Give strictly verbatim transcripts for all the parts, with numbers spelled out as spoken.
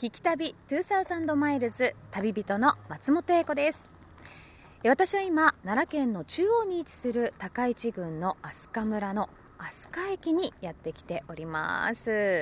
聞き旅にせんマイルズ、旅人の松本英子です。私は今奈良県の中央に位置する高市郡の飛鳥村の飛鳥駅にやってきております。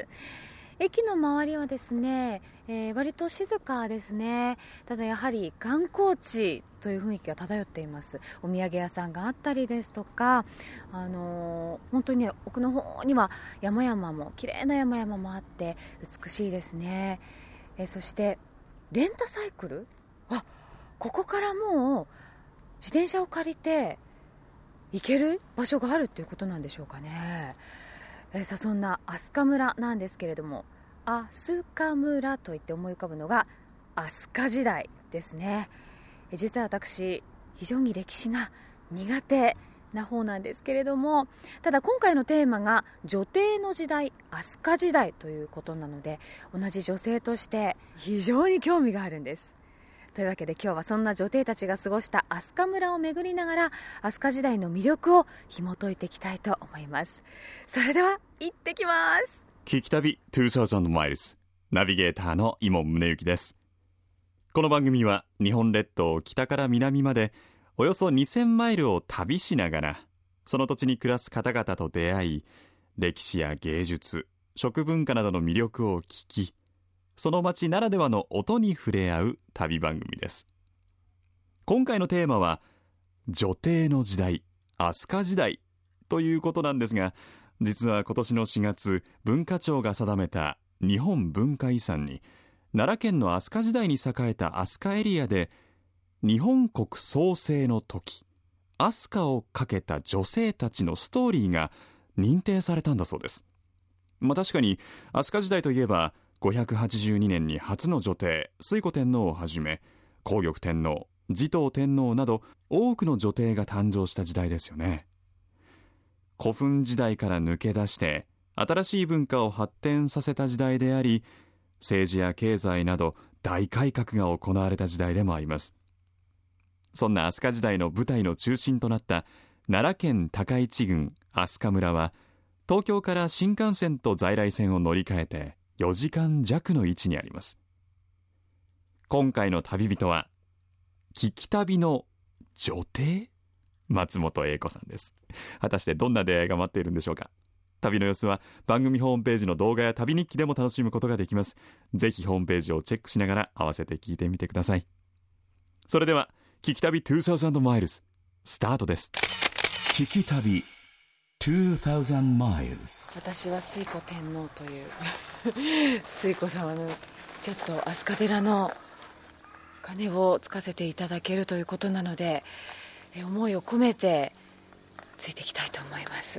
駅の周りはですね、えー、割と静かですね。ただやはり観光地という雰囲気が漂っています。お土産屋さんがあったりですとか、あのー、本当にね、奥の方には山々も綺麗な山々もあって美しいですね。えー、そしてレンタサイクル、あ、ここからもう自転車を借りて行ける場所があるっていうことなんでしょうかね。えー、さそんな飛鳥村なんですけれども、飛鳥村といって思い浮かぶのが飛鳥時代ですね。えー、実は私非常に歴史が苦手な方なんですけれども、ただ今回のテーマが女帝の時代、飛鳥時代ということなので、同じ女性として非常に興味があるんです。というわけで今日はそんな女帝たちが過ごした飛鳥村を巡りながら、飛鳥時代の魅力を紐解いていきたいと思います。それでは行ってきます。 聞き旅にせんマイルズ、ナビゲーターの伊門宗行です。この番組は日本列島を北から南までおよそにせんマイルを旅しながら、その土地に暮らす方々と出会い、歴史や芸術、食文化などの魅力を聞き、その街ならではの音に触れ合う旅番組です。今回のテーマは女帝の時代、飛鳥時代ということなんですが、実は今年のしがつ、文化庁が定めた日本文化遺産に奈良県の飛鳥時代に栄えた飛鳥エリアで、日本国創生の時、飛鳥をかけた女性たちのストーリーが認定されたんだそうです。まあ、確かに飛鳥時代といえばごひゃくはちじゅうにねんに初の女帝推古天皇をはじめ、皇玉天皇、持統天皇など多くの女帝が誕生した時代ですよね。古墳時代から抜け出して新しい文化を発展させた時代であり、政治や経済など大改革が行われた時代でもあります。そんな飛鳥時代の舞台の中心となった奈良県高市郡飛鳥村は、東京から新幹線と在来線を乗り換えてよじかん弱の位置にあります。今回の旅人は聞き旅の女帝、松本英子さんです。果たしてどんな出会いが待っているんでしょうか。旅の様子は番組ホームページの動画や旅日記でも楽しむことができます。ぜひホームページをチェックしながら合わせて聞いてみてください。それでは聞き旅にせんマイルズスタートです。 聞き旅にせんマイルズ。 私は推古天皇という推古様のちょっと飛鳥寺の鐘をつかせていただけるということなので、思いを込めてついていきたいと思います。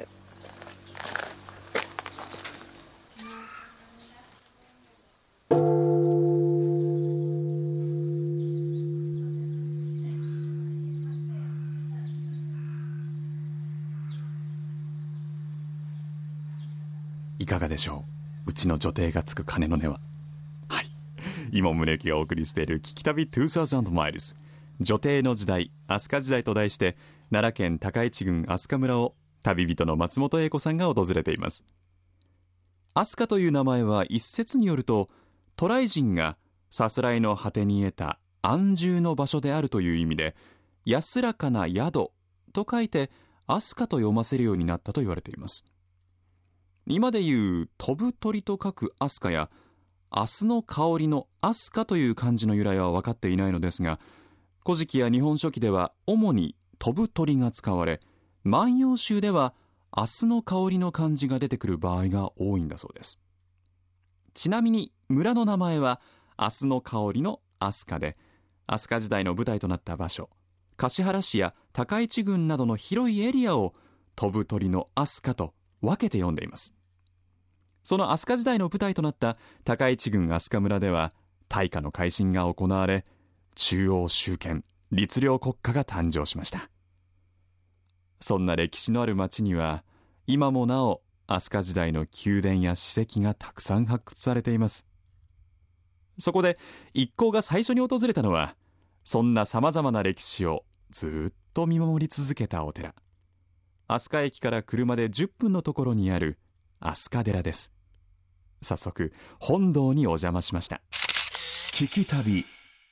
いかがでしょう、うちの女帝がつく鐘の音は。はい、今宗行がお送りしている聞き旅にせんマイルズ、女帝の時代、飛鳥時代と題して奈良県高市郡飛鳥村を旅人の松本英子さんが訪れています。飛鳥という名前は一説によると、渡来人がさすらいの果てに得た安住の場所であるという意味で、安らかな宿と書いて飛鳥と読ませるようになったと言われています。今でいう飛ぶ鳥と書く飛鳥や、明日の香りの飛鳥という漢字の由来は分かっていないのですが、古事記や日本書紀では主に飛ぶ鳥が使われ、万葉集では明日の香りの漢字が出てくる場合が多いんだそうです。ちなみに村の名前は明日の香りの飛鳥で、飛鳥時代の舞台となった場所、橿原市や高市郡などの広いエリアを飛ぶ鳥の飛鳥と分けて読んでいます。その飛鳥時代の舞台となった高市郡飛鳥村では、大化の改新が行われ、中央集権、律令国家が誕生しました。そんな歴史のある町には、今もなお飛鳥時代の宮殿や史跡がたくさん発掘されています。そこで一行が最初に訪れたのは、そんなさまざまな歴史をずっと見守り続けたお寺、飛鳥駅から車でじゅっぷんのところにある飛鳥寺です。早速本堂にお邪魔しました。 聞き旅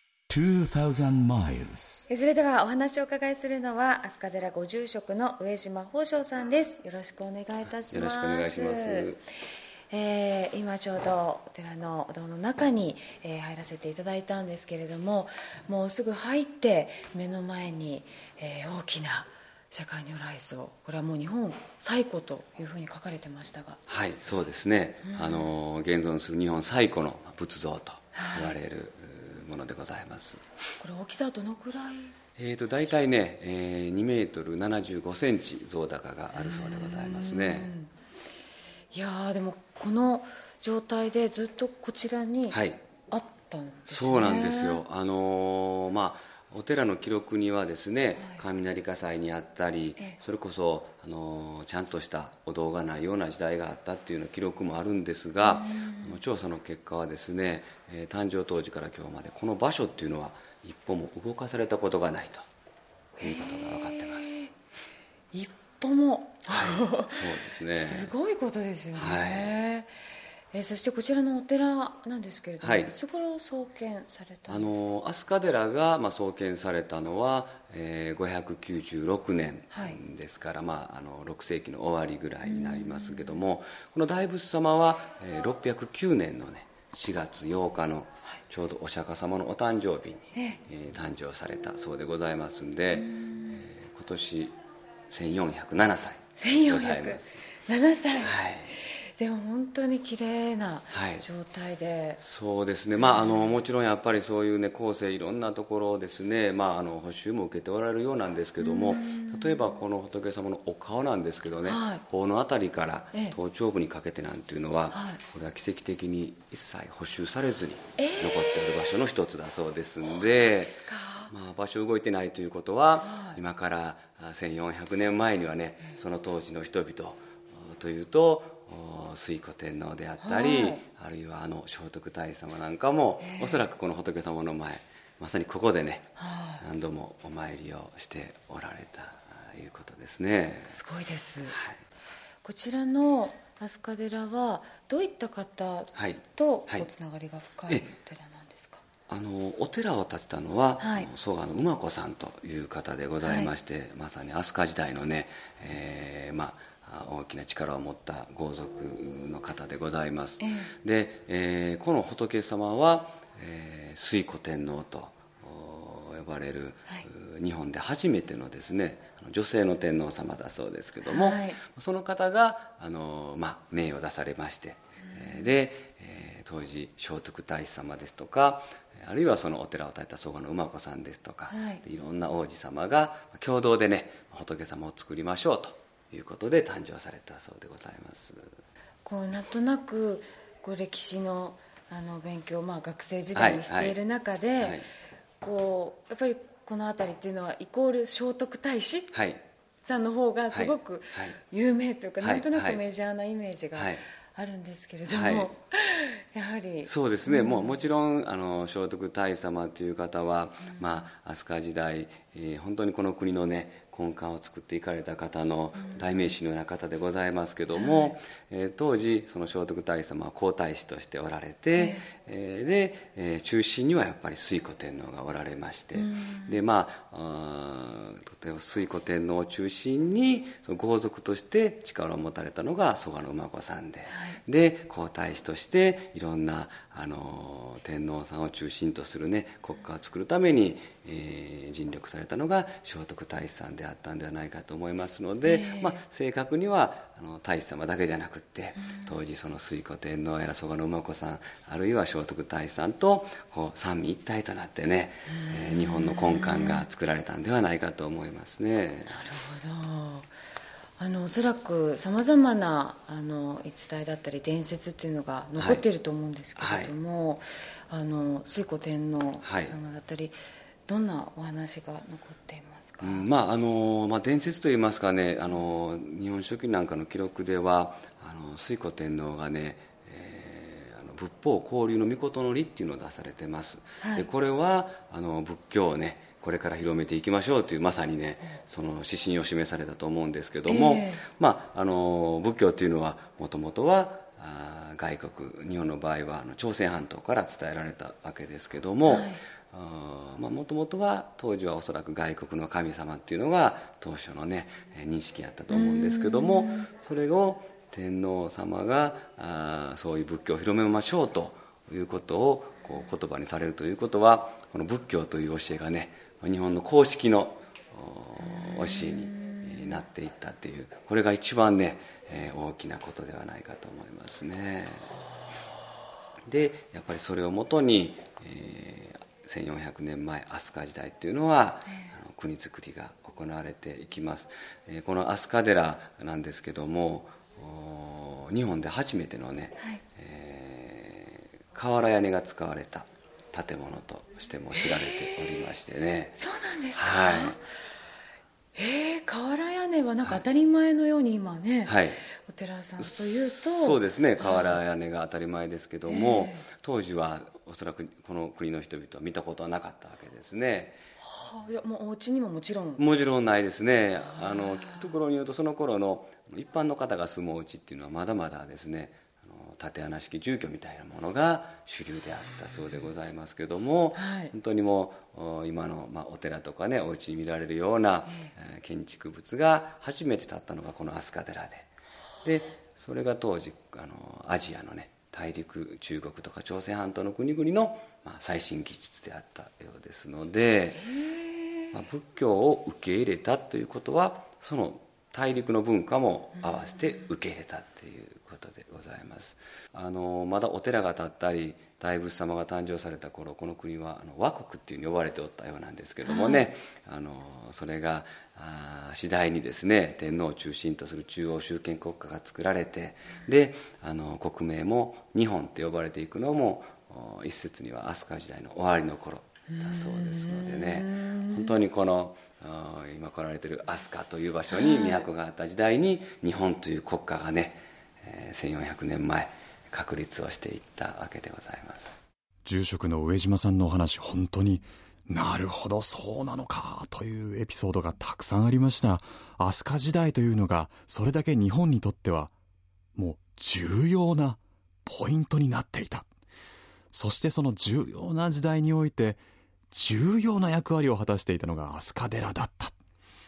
two thousand miles。 それではお話をお伺いするのは飛鳥寺ご住職の上島宝生さんです。よろしくお願いいたします。 よろしくお願いします。 えー、今ちょうどお寺のお堂の中に、えー、入らせていただいたんですけれども、もうすぐ入って目の前に、えー、大きな釈迦如来像、これはもう日本最古というふうに書かれてましたが。 はい、そうですね、うん、あの現存する日本最古の仏像と言われるものでございます。 これ大きさはどのくらい？ えーと大体ね、えー、にメートルななじゅうごセンチ像高があるそうでございますね。 いやでもこの状態でずっとこちらにあったんですね。 そうなんですよ。あのー、まあお寺の記録にはですね、はい、雷火災にあったり、それこそ、あのー、ちゃんとしたお堂がないような時代があったっていうような記録もあるんですが、調査の結果はですね、えー、誕生当時から今日までこの場所っていうのは一歩も動かされたことがないということが分かってます。 一歩も、 はい、そうですね。 すごいことですよね。 はいえー、そしてこちらのお寺なんですけれども、 はい、 いつ頃創建されたんですか？ あの飛鳥寺が、まあ、創建されたのは、えー、ごひゃくきゅうじゅうろくねんですから、はい、まあ、あのろくせいきの終わりぐらいになりますけども、この大仏様は、えー、ろっぴゃくきゅうねんの、ね、しがつようかのちょうどお釈迦様のお誕生日に、ええー、誕生されたそうでございますんで、ん、えー、今年せんよんひゃくななさいでございます。 せんよんひゃくななさい、 はい、 でも本当に綺麗な状態で、はい、 そうですね、まあ、あのもちろんやっぱりそういうね後世いろんなところですね、まあ、あの補修も受けておられるようなんですけども、例えばこの仏様のお顔なんですけどね、はい、頬のあたりから頭頂部にかけてなんていうのは、はい、これは奇跡的に一切補修されずに残っている場所の一つだそうですんで、えー、まあ、場所動いてないということは、はい、今からせんよんひゃくねんまえにはね、その当時の人々というと推古天皇であったり、はい、あるいはあの聖徳太子様なんかも、えー、おそらくこの仏様の前、まさにここでね、はい、何度もお参りをしておられたということですね。 すごいです、はい、こちらの飛鳥寺はどういった方とおつながりが深いお寺なんですか？ あのお寺を建てたのは、はい、曽我の馬子さんという方でございまして、はい、まさに飛鳥時代のね、えー、まあ大きな力を持った豪族の方でございます、えー、で、えー、この仏様は、えー、推古天皇と呼ばれる、はい、日本で初めてのですね女性の天皇様だそうですけども、はい、その方があの、まあ、命を出されまして、うん、で、えー、当時聖徳太子様ですとか、あるいはそのお寺を建てた曽我の馬子さんですとか、はい、いろんな王子様が共同でね仏様を作りましょうということで誕生されたそうでございます。 こうなんとなくこう歴史 の, あの勉強、まあ、学生時代にしている中で、はいはい、こうやっぱりこの辺りっていうのはイコール聖徳太子さんの方がすごく有名というか、はいはい、なんとなくメジャーなイメージがあるんですけれども、はいはい、やはりそうですね、うん、もうもちろんあの聖徳太子様という方は、うん、まあ、飛鳥時代、えー、本当にこの国のね根幹を作っていかれた方の代名詞のような方でございますけども、うん、えー、当時その聖徳太子様は皇太子としておられて、えー、で、えー、中心にはやっぱり推古天皇がおられまして、うん、でまあ推古天皇を中心にその豪族として力を持たれたのが曽我の馬子さんで、はい、で皇太子としていろんなあの天皇さんを中心とする、ね、国家を作るために、えー、尽力されたのが聖徳太子さんであったんではないかと思いますので、えーまあ、正確にはあの太子様だけじゃなくて、うん、当時その推古天皇やら曽我の馬子さん、あるいは聖徳太子さんとこう三位一体となってね、えー、日本の根幹が作られたんではないかと思いますね。 なるほど。あのおそらくさまざまなあの言い伝えだったり伝説っていうのが残っていると思うんですけれども、はいはい、あの推古天皇様だったり、はい、どんなお話が残っていますか？うん、 まああのまあ、伝説といいますかね、あの日本書紀なんかの記録ではあの推古天皇がね、えー、あの仏法興隆の御の理っていうのを出されてます、はい、でこれはあの仏教をねこれから広めていきましょうというまさにねその指針を示されたと思うんですけども、えーまあ、あの仏教というのはもともとはあ外国、日本の場合はあの朝鮮半島から伝えられたわけですけども、はい、もともとは当時はおそらく外国の神様っていうのが当初のね認識やったと思うんですけども、それを天皇様があそういう仏教を広めましょうということをこう言葉にされるということは、この仏教という教えがね日本の公式の教えになっていったっていう、これが一番ね、えー、大きなことではないかと思いますね。でやっぱりそれをもとに、えー、せんよんひゃくねんまえ飛鳥時代っていうのは、あの国づくりが行われていきます。えー、この飛鳥寺なんですけども、日本で初めてのね、はい、えー、瓦屋根が使われた建物としても知られておりましてね。 そうなんですか。 はい。 えー、瓦屋根はなんか当たり前のように今ね、 はい、 お寺さんというとそうですね、瓦屋根が当たり前ですけども、えー、当時はおそらくこの国の人々は見たことはなかったわけですね。 はあ、いやもうお家にももちろんもちろんないですね。あの聞くところによると、その頃の一般の方が住むお家っていうのはまだまだですね、竪穴式住居みたいなものが主流であったそうでございますけども、はい、本当にもう今の、まあ、お寺とかねお家に見られるような、えー、建築物が初めて建ったのがこの飛鳥寺で、でそれが当時あのアジアのね大陸、中国とか朝鮮半島の国々の、まあ、最新技術であったようですので、まあ、仏教を受け入れたということはその大陸の文化も合わせて受け入れたっていうことでございます。あのまだお寺が建ったり大仏様が誕生された頃、この国はあの倭国っていうふうに呼ばれておったようなんですけどもね、はい、あのそれがあ次第にですね天皇を中心とする中央集権国家が作られて、であの国名も日本って呼ばれていくのも一説には飛鳥時代の終わりの頃だそうですのでね、本当にこの今来られている飛鳥という場所に都があった時代に日本という国家がね、えー、せんよんひゃくねんまえ確立をしていったわけでございます。 住職の上島さんのお話、本当になるほどそうなのかというエピソードがたくさんありました。飛鳥時代というのがそれだけ日本にとってはもう重要なポイントになっていた。そしてその重要な時代において重要な役割を果たしていたのが飛鳥寺だった。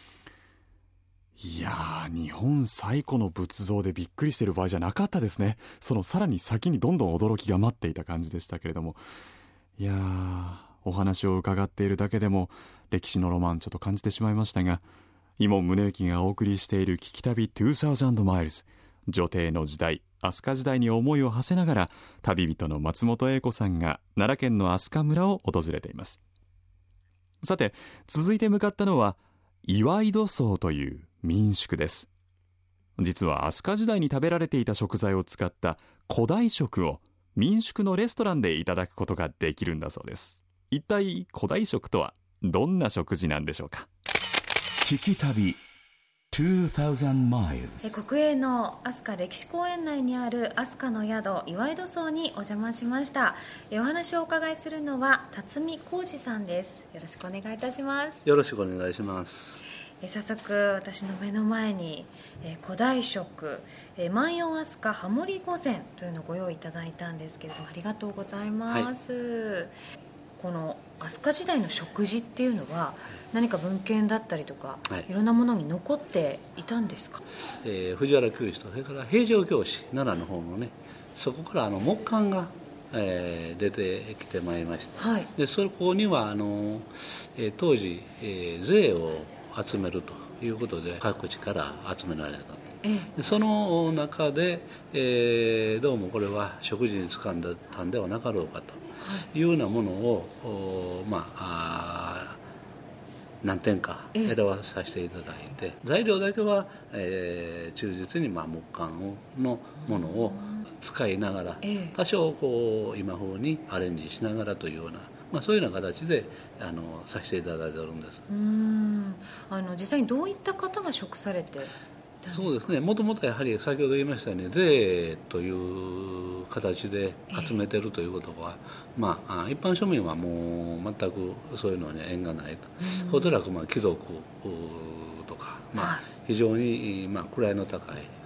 いやー、日本最古の仏像でびっくりしてる場合じゃなかったですね。そのさらに先にどんどん驚きが待っていた感じでしたけれども、いやー、お話を伺っているだけでも歴史のロマンちょっと感じてしまいましたが、伊門宗行がお送りしている聞き旅にせんマイルズ、女帝の時代飛鳥時代に思いを馳せながら旅人の松本英子さんが奈良県の飛鳥村を訪れています。さて続いて向かったのは岩井戸荘という民宿です。実は飛鳥時代に食べられていた食材を使った古代食を民宿のレストランでいただくことができるんだそうです。一体古代食とはどんな食事なんでしょうか。 聞き旅にせんマイルズ。 国営の飛鳥歴史公園内にある飛鳥の宿岩井戸荘にお邪魔しました。お話をお伺いするのは辰巳浩二さんです。よろしくお願いいたします。 よろしくお願いします。 早速私の目の前に古代食万葉飛鳥ハモリ御膳というのをご用意いただいたんですけれども、ありがとうございます、はい、この飛鳥時代の食事っていうのは何か文献だったりとか、はい、いろんなものに残っていたんですか。 えー、藤原教師とそれから平城教師奈良の方のね、そこからあの木簡が、えー、出てきてまいりました、はい、でそこにはあの、えー、当時、えー、税を集めるということで各地から集められた、ええ、その中で、えー、どうもこれは食事に使ったんではなかろうかというようなものを、まあ、あ何点か選ばさせていただいて、ええ、材料だけは、えー、忠実に、まあ、木簡のものを使いながら、ええ、多少こう今風にアレンジしながらというような、まあ、そういうような形であのさせていただいておるんです。 うーん、あの実際にどういった方が食されていたんですか。 そうですね、もともとやはり先ほど言いましたように税という形で集めているということは、えーまあ、一般庶民はもう全くそういうのに縁がないと。おそらくまあ貴族とか、まあ、非常にまあ位の高い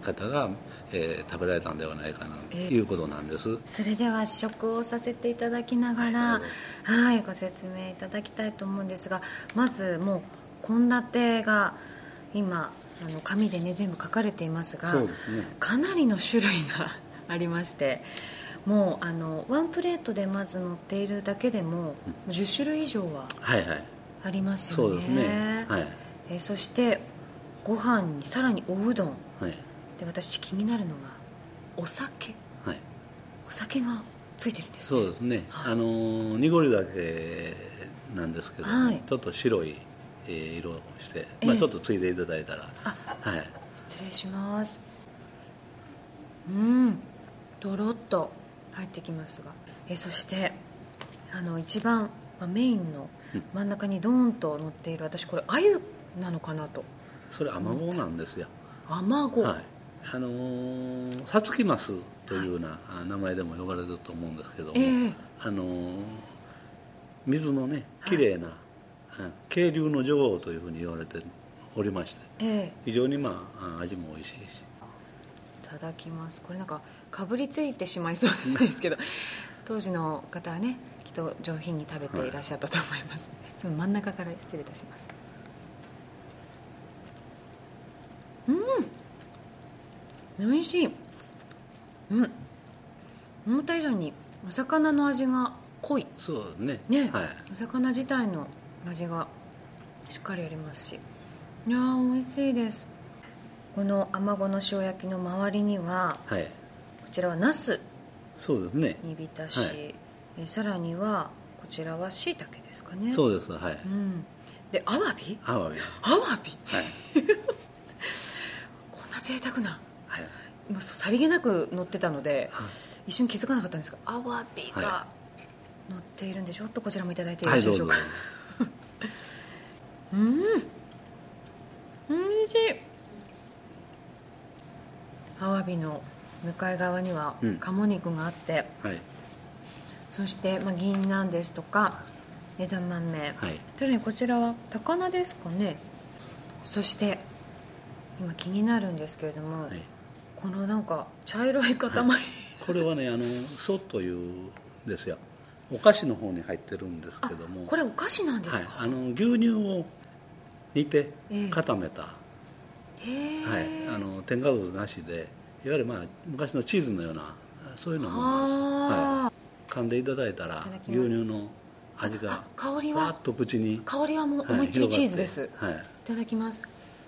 方が、えー、食べられたんではないかなということなんです、えー、 それでは試食をさせていただきながら、はい、はい、ご説明いただきたいと思うんですが、まずもう献立が今あの紙でね全部書かれていますが、 そうですね、 かなりの種類がありまして、もうあのワンプレートでまず乗っているだけでもじゅっしゅるい以上はありますよね、はいはい、そうですね、はい、えー、そしてご飯にさらにおうどん、はい、で私気になるのがお酒、はい、お酒がついてるんですね。 そうですね、はい、あの濁り酒なんですけども、はい、ちょっと白い色をして、まあ、ちょっとついていただいたら、 あ、はい、失礼します。うん、ドロッと入ってきますが、えそしてあの一番、まあ、メインの真ん中にドーンと乗っている、私これ鮎なのかなと。 それアマゴなんですよ。 アマゴ、はい、 あのー、サツキマスというような名前でも呼ばれると思うんですけども、えー、あのー、水のねきれいな、はい、渓流の女王というふうに言われておりまして、えー、非常に、まあ、味も美味しいし。 いただきます。これなんかかぶりついてしまいそうなんですけど当時の方はねきっと上品に食べていらっしゃったと思います、はい、その真ん中から失礼いたします。うん、美味しい。うん、思った以上にお魚の味が濃い。 そうね、 ね、はい、お魚自体の味がしっかりありますし、いやー美味しいです。このアマゴの塩焼きの周りには、はい、こちらはナス、 そうですね、 煮浸し、はい、えさらにはこちらはしいたけですかね。 そうです、はい、 うん、でアワビアワビアワビ、 はい、 こんな贅沢な、はい、まあ、さりげなく乗ってたので、はい、一瞬気づかなかったんですが、アワビが乗っているんで、ちょっとこちらもいただいてよろしいでしょうか。はい、うん、おいしい。アワビの向かい側には鴨肉があって、うん、はい、そして、まあ、銀杏ですとか枝豆、はい、さらにこちらは高菜ですかね。そして今気になるんですけれども、はい、このなんか茶色い塊、はい、 これはね、あのソというんですよ。お菓子の方に入ってるんですけども、 これお菓子なんですか。 はい、あの牛乳を煮て固めた、えーはい、あの添加物なしで、いわゆる、まあ、昔のチーズのようなそういうのもあります、はい、噛んでいただいたら牛乳の味が香りはわっと口に、 香りはもう思いっきりチーズです、はい、いただきます。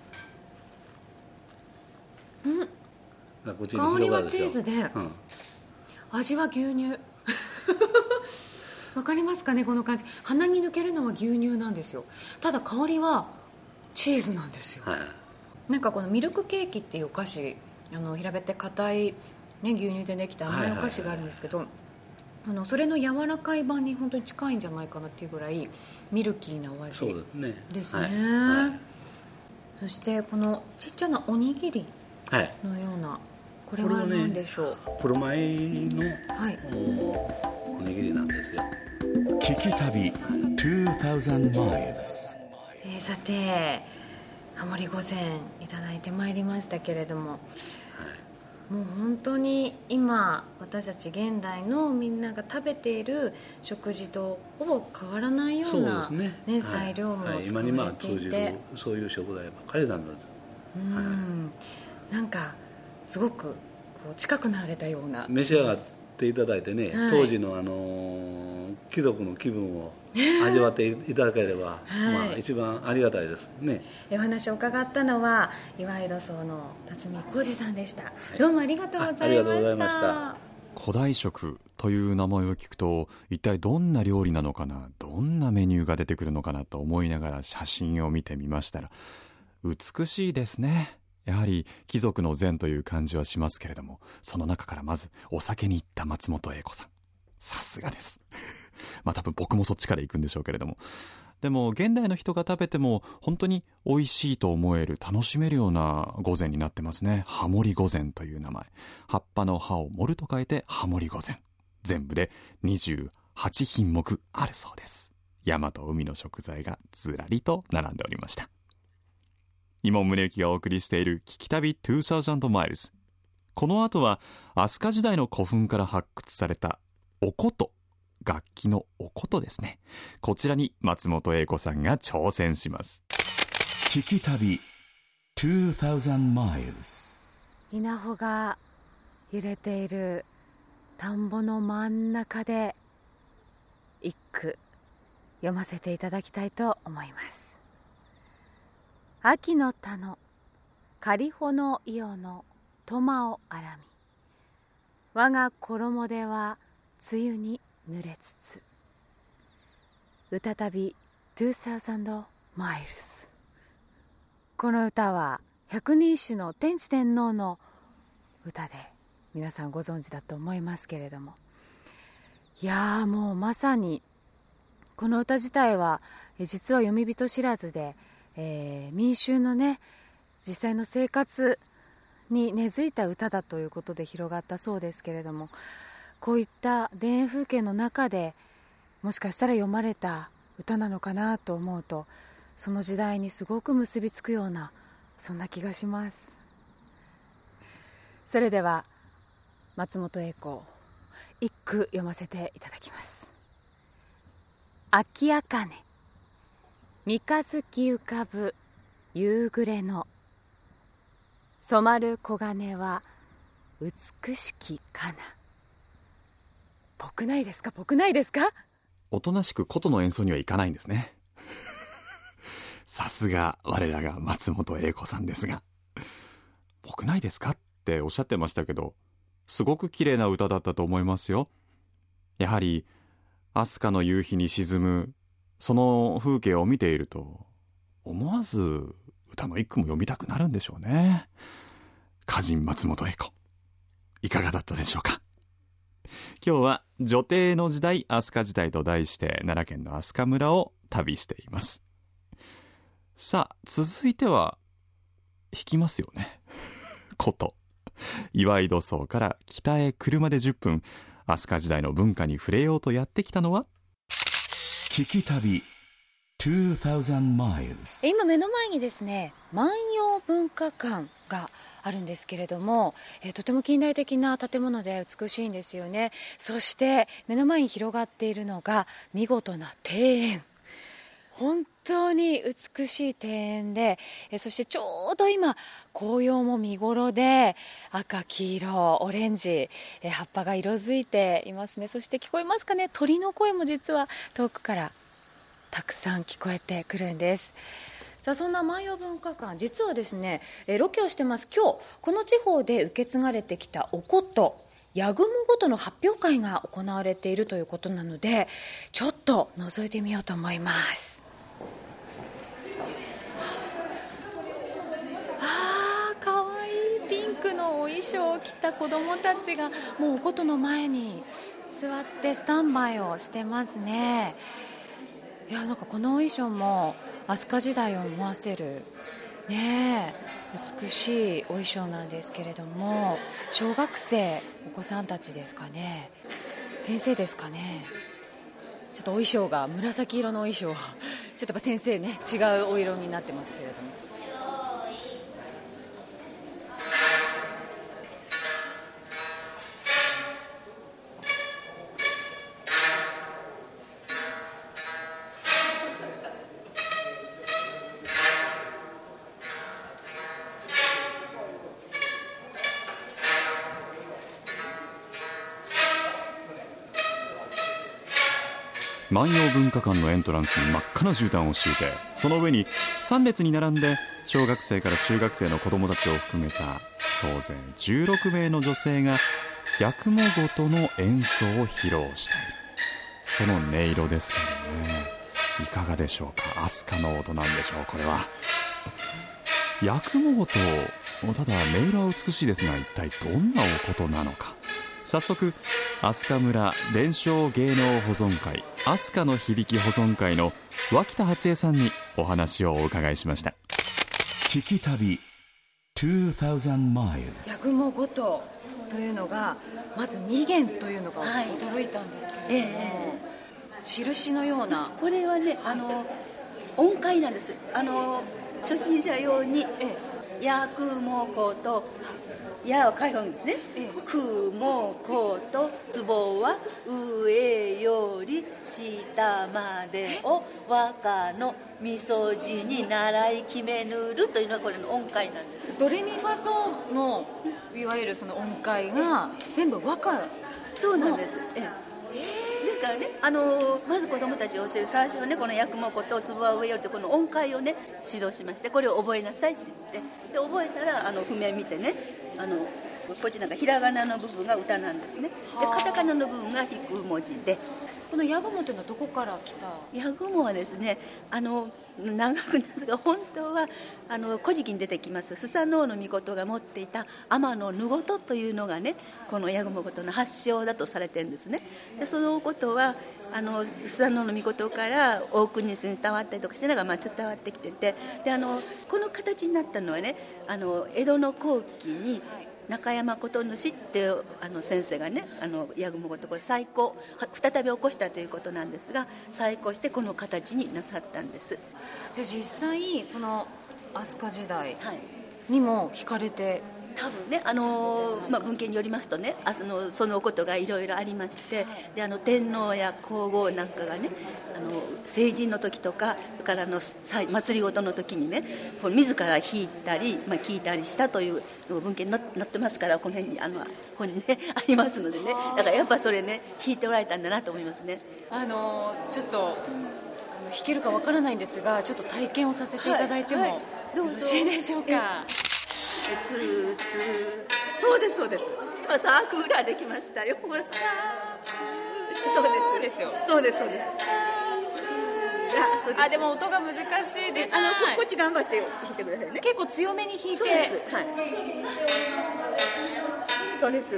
うん、香りはチーズで、うん、味は牛乳わかりますかね、この感じ。鼻に抜けるのは牛乳なんですよ。ただ香りはチーズなんですよ、はい、なんかこのミルクケーキっていうお菓子、あの平べって硬い、ね、牛乳でできた甘いお菓子があるんですけど、あのそれの柔らかい版に本当に近いんじゃないかなっていうぐらいミルキーなお味ですね。はいはい、そしてこのちっちゃなおにぎりのような、はい、これは何でしょう。 これ、ね、米の、はい、お, おにぎりなんですよ。 聞き旅にせんマイルス、 えー、さてハモリ御膳いただいてまいりましたけれども、はい、もう本当に今私たち現代のみんなが食べている食事とほぼ変わらないような、ねね、材料も使われていて、 はいはい、今にまあ通じるそういう食材ばっかりなんです。 うん、はい、なんかすごくこう近くなれたような。 召し上がっていただいてね、はい、当時の、あのー、貴族の気分を味わっていただければ、はい、まあ、一番ありがたいですね。 お話を伺ったのは岩井土荘の辰巳浩二さんでした、はい、どうもありがとうございました。ありがとうございました。 古代食という名前を聞くと一体どんな料理なのかな、どんなメニューが出てくるのかなと思いながら写真を見てみましたら、美しいですね。やはり貴族の膳という感じはしますけれども、その中からまずお酒に行った松本英子さん、さすがですまあ多分僕もそっちから行くんでしょうけれども、でも現代の人が食べても本当に美味しいと思える、楽しめるような御膳になってますね。ハモリ御膳という名前、葉っぱの葉を盛ると書いてハモリ御膳、全部でにじゅうはちひんもくあるそうです。山と海の食材がずらりと並んでおりました。今宗行がお送りしている聞き旅にせんマイルス、 この後は飛鳥時代の古墳から発掘されたお琴、楽器のお琴ですね。こちらに松本英子さんが挑戦します。 聞き旅にせんマイルズ。 稲穂が揺れている田んぼの真ん中で一句読ませていただきたいと思います。秋の田の仮穂の伊予の苫をあらみ、我が衣では梅雨に濡れつつ、歌旅にせんマイルズ。この歌は百人一首の天智天皇の歌で皆さんご存知だと思いますけれども、いやーもうまさにこの歌自体は実は読み人知らずで、えー、民衆のね実際の生活に根付いた歌だということで広がったそうですけれども、こういった田園風景の中でもしかしたら読まれた歌なのかなと思うと、その時代にすごく結びつくようなそんな気がします。それでは松本英子一句読ませていただきます。秋茜三日月浮かぶ夕暮れの、染まる黄金は美しきかな。ぽくないですかぽくないですか。 おとなしく琴の演奏にはいかないんですね。さすが我らが松本英子さんですが、ぽくないですかっておっしゃってましたけど、すごく綺麗な歌だったと思いますよ。やはり飛鳥の夕日に沈むその風景を見ていると、思わず歌の一句も読みたくなるんでしょうね。歌人松本英子、いかがだったでしょうか。今日は女帝の時代飛鳥時代と題して奈良県の飛鳥村を旅しています。さあ続いては弾きますよね。琴。岩井戸荘から北へ車でじゅっぷん、飛鳥時代の文化に触れようとやってきたのは聞き旅にせんマイルズ。 今目の前にですね、万葉文化館があるんですけれども、えー、とても近代的な建物で美しいんですよね。そして目の前に広がっているのが見事な庭園。本当に美しい庭園で、えそしてちょうど今紅葉も見頃で、赤、黄色、オレンジ、え葉っぱが色づいていますね。そして聞こえますかね、鳥の声も実は遠くからたくさん聞こえてくるんです。さあそんな万葉文化館、実はですね、えロケをしてます今日、この地方で受け継がれてきたお琴、八雲琴の発表会が行われているということなので、ちょっと覗いてみようと思います。あー、かわいいピンクのお衣装を着た子どもたちがもうお琴の前に座ってスタンバイをしてますね。いや、なんかこのお衣装も飛鳥時代を思わせるねえ美しいお衣装なんですけれども、小学生お子さんたちですかね、先生ですかね。ちょっとお衣装が紫色のお衣装、ちょっとやっぱ先生ね違うお色になってますけれども、 万葉文化館のエントランスに真っ赤な絨毯を敷いて、その上にさん列に並んで小学生から中学生の子どもたちを含めた総勢じゅうろくめいの女性が八雲琴の演奏を披露している。その音色ですけどね、いかがでしょうか。飛鳥の音なんでしょう。これは八雲琴、ただ音色は美しいですが、一体どんなお琴なのか。早速飛鳥村伝承芸能保存会飛鳥の響き保存会の脇田初江さんにお話をお伺いしました。 聞き旅にせんマイルズ。 八雲琴というのがまずに弦というのが驚いたんですけれども、はい、えー、印のような、 これはね、あの音階なんです。あの初心者用に、ええ、 やくもことやは開放ですね、ええ、くもこと壺は上より下までを和歌のみそじに習い決めぬるというのはこれの音階なんです。 ドレミファソのいわゆるその音階が全部和歌。 そうなんです、ええ、ですからね、あのまず子どもたちを教える最初はね、このやくもこと壺は上よりとこの音階をね指導しまして、これを覚えなさいって言って、で覚えたらあの譜面見てね、あのこっちなんかひらがなの部分が歌なんですね。でカタカナの部分が引く文字で、 このヤグモというのはどこから来た？ ヤグモはですね、あの長くなんですが、本当はあの古事記に出てきますスサノオノミコトが持っていた天のぬごとというのがね、このヤグモことの発祥だとされてるんですね。でそのことはあのスサノオノミコトから大国に伝わったりとかしてのがまあ伝わってきてて、であのこの形になったのはね、あの江戸の後期に中山琴主ってあの先生がね、あのヤグモことこれ再興再び起こしたということなんですが、再興してこの形になさったんです。 じゃあ実際この飛鳥時代にも惹かれて、はい、 多分ね、あのまあ、文献によりますとね、あのそのことがいろいろありまして、はい、であの天皇や皇后なんかがね、あの成人の時とか、それからあの祭りごとの時にね、こう自ら弾いたり、まあ、聞いたりしたというのが文献になってますから、この辺にあの本にねありますのでね、だからやっぱりそれね弾いておられたんだなと思いますね。 あのちょっと、うん、あの弾けるかわからないんですが、ちょっと体験をさせていただいても、はいはい、よろしいでしょうか。 つーつーそうですそうです、今サークーラーできましたよ。そうですそうですよ、 そうですそうです。 あ, あでも音が難しいです。 あの こ, こっち頑張って弾いてくださいね。 結構強めに弾いて。 そうです、はい、そうです。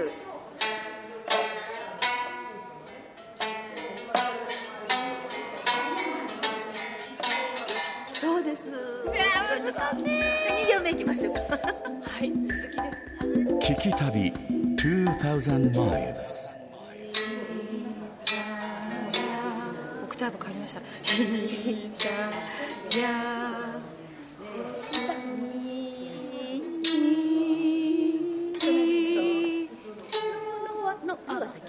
そうです。 難しい。 に行目いきましょうか。 はい、続きです。 聞き旅 two thousand miles。 オクターブ変わりました。ひさや下にののが先。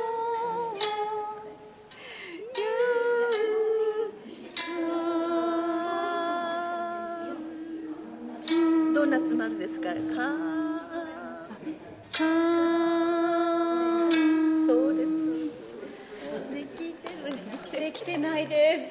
ドーナツ丸ですから、かかーそうです。できてるできてないです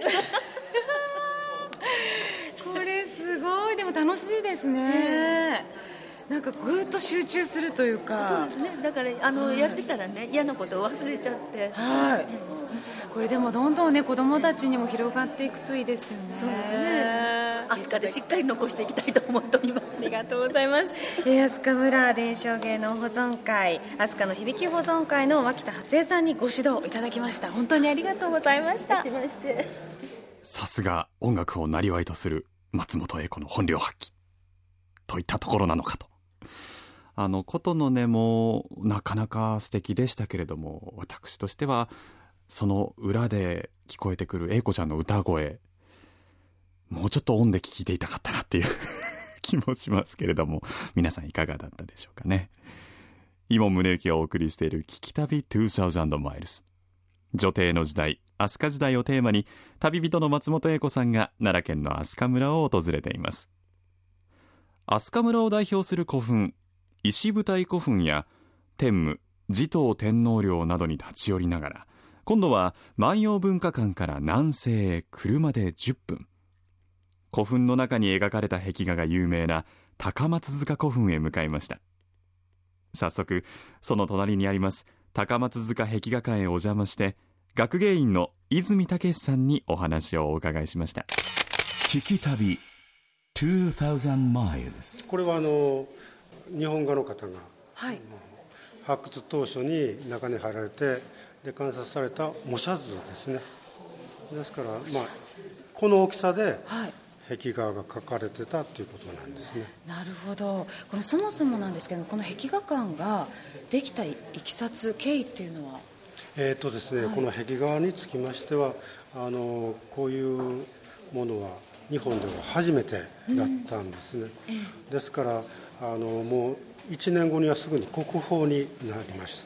これすごい、でも楽しいですね、うん、なんかぐーっと集中するというか。 そうですね、だからあの、はい、やってたらね、嫌なことを忘れちゃって、 はい、これでもどんどんね子どもたちにも広がっていくといいですよね。 そうですね、飛鳥でしっかり残していきたいと思っております。 ありがとうございます。えー、飛鳥村伝承芸能保存会飛鳥の響き保存会の脇田初江さんにご指導いただきました。本当にありがとうございました。 しましてさすが音楽を生りとする松本英子の本領発揮といったところなのかと。あの琴の音もなかなか素敵でしたけれども、私としてはその裏で聞こえてくる英子ちゃんの歌声、もうちょっと音で聞いていたかったなっていう気もしますけれども、皆さんいかがだったでしょうかね。伊門宗行がお送りしている聞き旅 two thousand miles、 女帝の時代飛鳥時代をテーマに旅人の松本英子さんが奈良県の飛鳥村を訪れています。飛鳥村を代表する古墳、石舞台古墳や天武持統天皇陵などに立ち寄りながら、今度は万葉文化館から南西へ車でじゅっぷん、古墳の中に描かれた壁画が有名な高松塚古墳へ向かいました。早速その隣にあります高松塚壁画館へお邪魔して、学芸員の泉武さんにお話をお伺いしました。 聞き旅 two thousand miles。 これはあの日本画の方が、 はい、 発掘当初に中に入られてで観察された模写図ですね。ですから、まあ、この大きさで壁画が描かれてたということなんですね。 なるほど。これそもそもなんですけど、この壁画館ができたいきさつ経緯っていうのは。 えーとですね、はい、この壁画につきましては、あのこういうものは日本では初めてだったんですね、うんええ、ですからあのもういちねんごにはすぐに国宝になりました。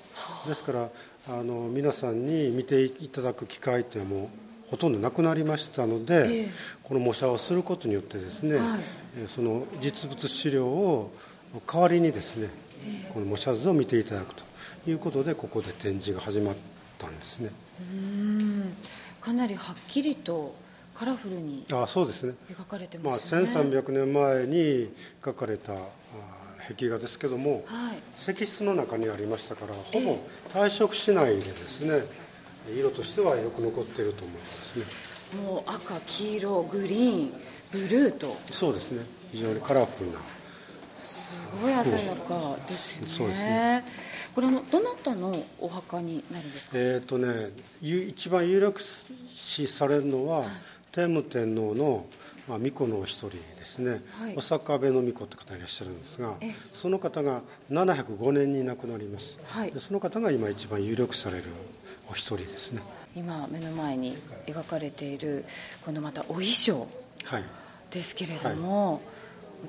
ですからあの皆さんに見ていただく機会っていうのはもうほとんどなくなりましたので、ええ、この模写をすることによってですね、はい、その実物資料を代わりにですね、ええ、この模写図を見ていただくということでここで展示が始まったんですね。 うーん、かなりはっきりとカラフルに描かれてますね。 まあ、せんさんびゃくねんまえに描かれた壁画ですけども、はい、石室の中にありましたからほぼ退色しないでですね、色としてはよく残っていると思いますね。 もう赤、黄色、グリーン、ブルーと。 そうですね、非常にカラフルな、 すごい鮮やかですよね。そうですね。これあのどなたのお墓になるんですか。 えーとね、一番有力視されるのは、はい、天武天皇のまあ、巫女の一人ですね、はい、お坂部の巫女って方がいらっしゃるんですが、その方がななひゃくごねんに亡くなります、はい、でその方が今一番有力されるお一人ですね。 今目の前に描かれているこのまたお衣装ですけれども、はい、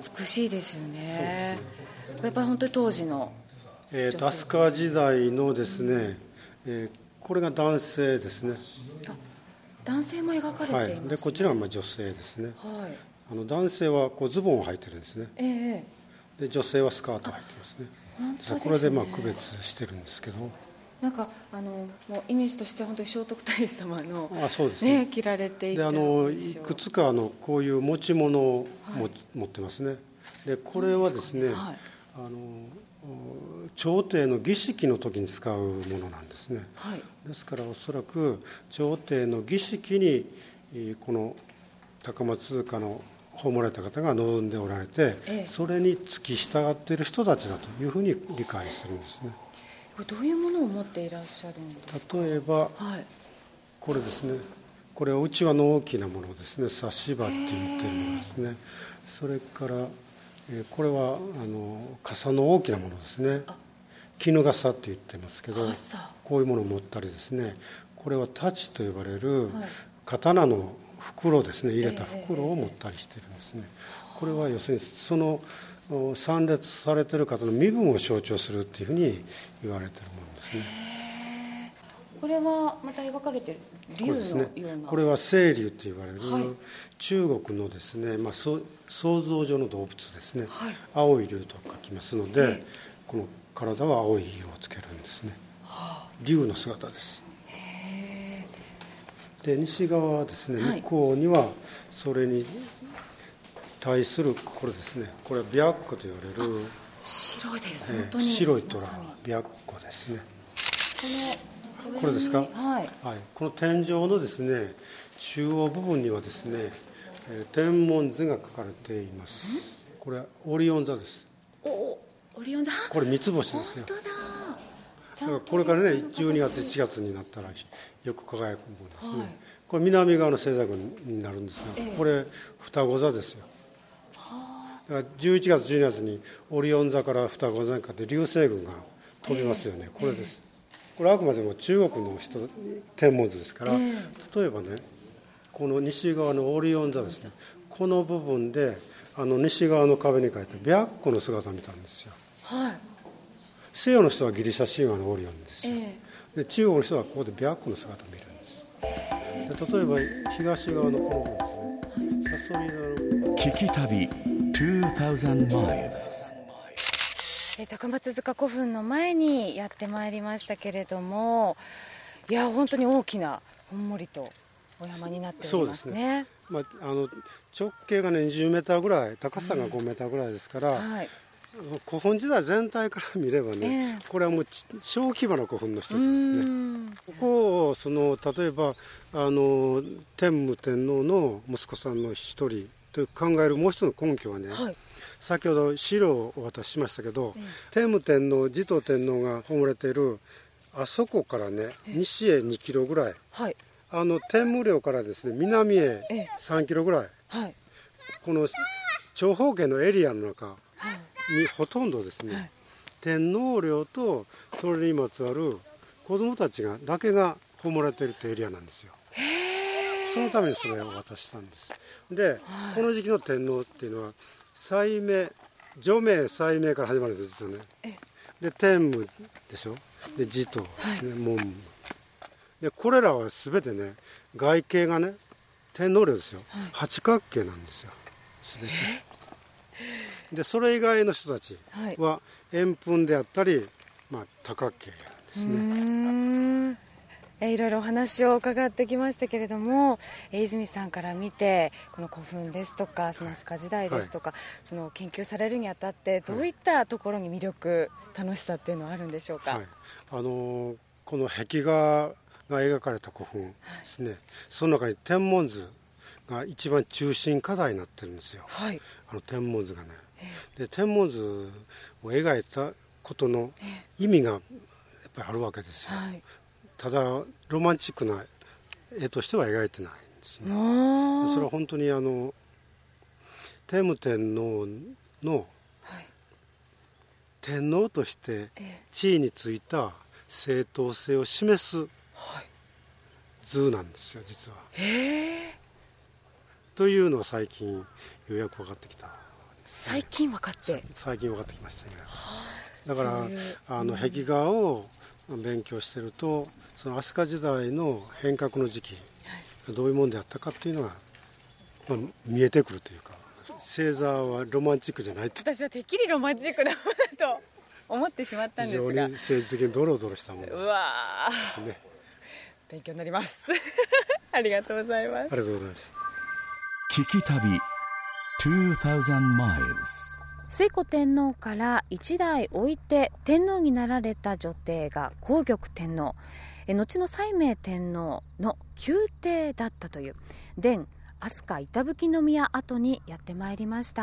美しいですよね。そうですね。これやっぱり本当に当時の、 えー、と飛鳥時代のですね、えー、これが男性ですね。 男性も描かれています、ね。はい、 でこちらはまあ女性ですね、はい、あの男性はこうズボンを履いてるんですね、えー、で女性はスカートを履いてますね。本当ですね。これでまあ区別してるんですけど、 なんかあのもうイメージとして本当に聖徳太子様の、あそうですね、ね、着られていたであのいくつかあのこういう持ち物を持、はい、持ってますね。でこれはですね、はい、あの朝廷の儀式の時に使うものなんですね、はい、ですからおそらく朝廷の儀式にこの高松塚の葬られた方が臨んでおられて、ええ、それに付き従っている人たちだというふうに理解するんですね。 どういうものを持っていらっしゃるんですか。 例えば、はい、これですね、これは内輪の大きなものですね、差し刃って言ってるものですね。それからこれはあの傘の大きなものですね。絹傘って言ってますけど、こういうものを持ったりですね、これは太刀と呼ばれる刀の袋ですね、入れた袋を持ったりしてるんですね。これは要するにその参列されている方の身分を象徴するっていうふうに言われているものですね。 これはまた描かれている竜のような、 これですね、これは青龍と言われる、はい、中国のですね、まあ、想像上の動物ですね、はい、青い龍と書きますので、この体は青い色をつけるんですね、はあ、竜の姿です。へで西側はですね、はい、向こうにはそれに対するこれですね、これは白虎と言われる白いです、 えー、 本当に白い虎、白虎ですね。このこれですか、はいはい、この天井のですね中央部分にはですね、えー、天文図が書かれています。これはオリオン座です。 おオリオン座、 これ三つ星ですよ。 本当だ。だからこれからねじゅうにがついちがつになったらよく輝くものですね、はい、これ南側の星座群になるんですが、ええ、これ双子座ですよ。だからじゅういちがつじゅうにがつにオリオン座から双子座にかけて流星群が飛びますよね、ええ、これです。これはあくまでも中国の人天文図ですから、えー、例えばねこの西側のオリオン座ですね、この部分であの西側の壁に書いて白虎の姿を見たんですよ、はい、西洋の人はギリシャ神話のオリオンですよ、えー、で中国の人はここで白虎の姿を見るんです。で例えば東側のこの部分ですね、サソリ座の部分、 聞き旅にせんマイル高松塚古墳の前にやってまいりましたけれども、いや本当に大きなほんもりとお山になっておりますね。 そうですね、まあ、あの直径がねにじゅうメーターぐらい、高さがごメーターぐらいですから、うんはい、古墳時代全体から見ればね、えー、これはもう小規模な古墳の一つですね。ここをその例えばあの天武天皇の息子さんの一人と考えるもう一つの根拠はね、はい、先ほど資料をお渡ししましたけど、天武天皇、持統天皇が葬られているあそこからね西へにキロぐらい、はい、あの天武陵からですね南へさんキロぐらい、はい、この長方形のエリアの中にほとんどですね、はい、天皇陵とそれにまつわる子供たちがだけが葬られているというエリアなんですよ。 へそのためにそれを渡したんです。で、はい、この時期の天皇っていうのは祭明、除名祭明から始まるんですよね。で天武でしょ、で持統ですね、はい、文武で、これらは全てね外形がね天皇陵ですよ、はい、八角形なんですよ全て。でそれ以外の人たちは円墳であったり、まあ、多角形ですね。うーん、えいろいろお話を伺ってきましたけれども、え泉さんから見てこの古墳ですとかその飛鳥時代ですとか、はい、その研究されるにあたってどういったところに魅力、はい、楽しさっていうのはあるんでしょうか。はい、 あのこの壁画が描かれた古墳ですね、はい、その中に天文図が一番中心課題になってるんですよ、はい、あの天文図がね。で天文図を描いたことの意味がやっぱりあるわけですよ、はい、ただロマンチックな絵としては描いてないんですね。それは本当にあの天武天皇の天皇として地位についた正当性を示す図なんですよ実は。へというのは最近ようやく分かってきた、ね、 最近分かって最近分かってきましたね。だからあの壁画を勉強してるとその飛鳥時代の変革の時期がどういうものであったかっていうのが、まあ、見えてくるというか、星座はロマンチックじゃないと。 私はてっきりロマンチックなものだと思ってしまったんですが、 非常に政治的にドロドロしたものですね。うわ勉強になりますありがとうございます。 ありがとうございます。 聞き旅にせんマイルス。 推古天皇から一代置いて天皇になられた女帝が皇玉天皇、え後の斉明天皇の宮廷だったという伝飛鳥板吹宮跡にやってまいりました。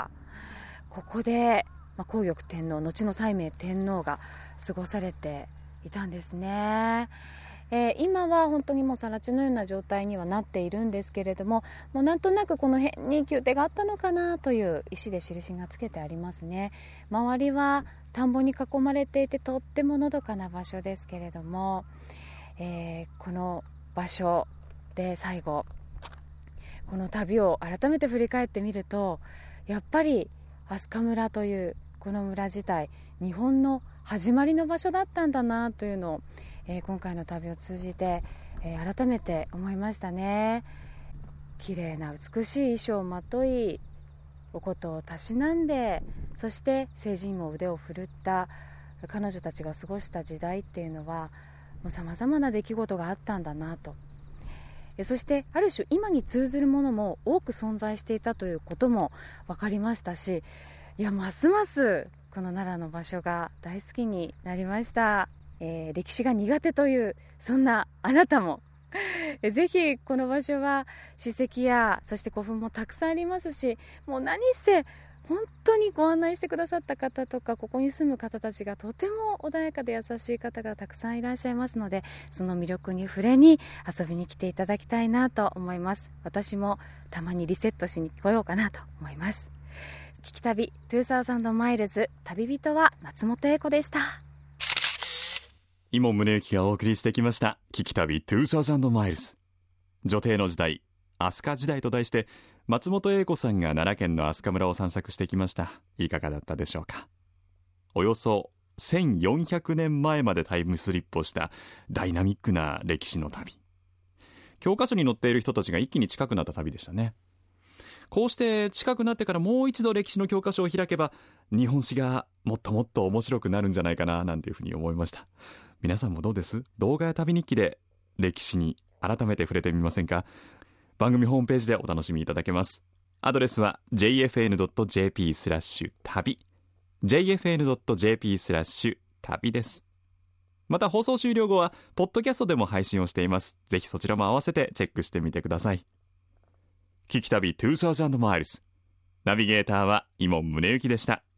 ここで、まあ、皇玉天皇後の斉明天皇が過ごされていたんですね。えー、今は本当にもう更地のような状態にはなっているんですけれども、もうなんとなくこの辺に宮廷があったのかなという石で印がつけてありますね。周りは田んぼに囲まれていてとってものどかな場所ですけれども、えー、この場所で最後この旅を改めて振り返ってみると、やっぱり飛鳥村というこの村自体日本の始まりの場所だったんだなというのを、えー、今回の旅を通じて、えー、改めて思いましたね。綺麗な美しい衣装をまといおことをたしなんで、そして成人も腕を振るった彼女たちが過ごした時代っていうのはさまざまな出来事があったんだなと、そしてある種今に通ずるものも多く存在していたということも分かりましたし、いやますますこの奈良の場所が大好きになりました。えー、歴史が苦手というそんなあなたもぜひこの場所は史跡やそして古墳もたくさんありますし、もう何せ本当にご案内してくださった方とかここに住む方たちがとても穏やかで優しい方がたくさんいらっしゃいますので、その魅力に触れに遊びに来ていただきたいなと思います。私もたまにリセットしに来ようかなと思います。聞き旅にせんマイルズ、旅人は松本英子でした。 伊門宗行がお送りしてきました聞き旅にせんマイルズ。女帝の時代、飛鳥時代と題して松本英子さんが奈良県の飛鳥村を散策してきました。いかがだったでしょうか。およそせんよんひゃくねんまえまでタイムスリップをしたダイナミックな歴史の旅。教科書に載っている人たちが一気に近くなった旅でしたね。こうして近くなってからもう一度歴史の教科書を開けば日本史がもっともっと面白くなるんじゃないかななんていうふうに思いました。皆さんもどうです？動画や旅日記で歴史に改めて触れてみませんか？番組ホームページでお楽しみいただけます。アドレスは ジェイエフエヌドットジェーピー スラッシュ旅 ジェイエフエヌドットジェーピー スラッシュ旅です。また放送終了後はポッドキャストでも配信をしています。ぜひそちらも合わせてチェックしてみてください。聞き旅にせんマイルズ、ナビゲーターは伊門宗行でした。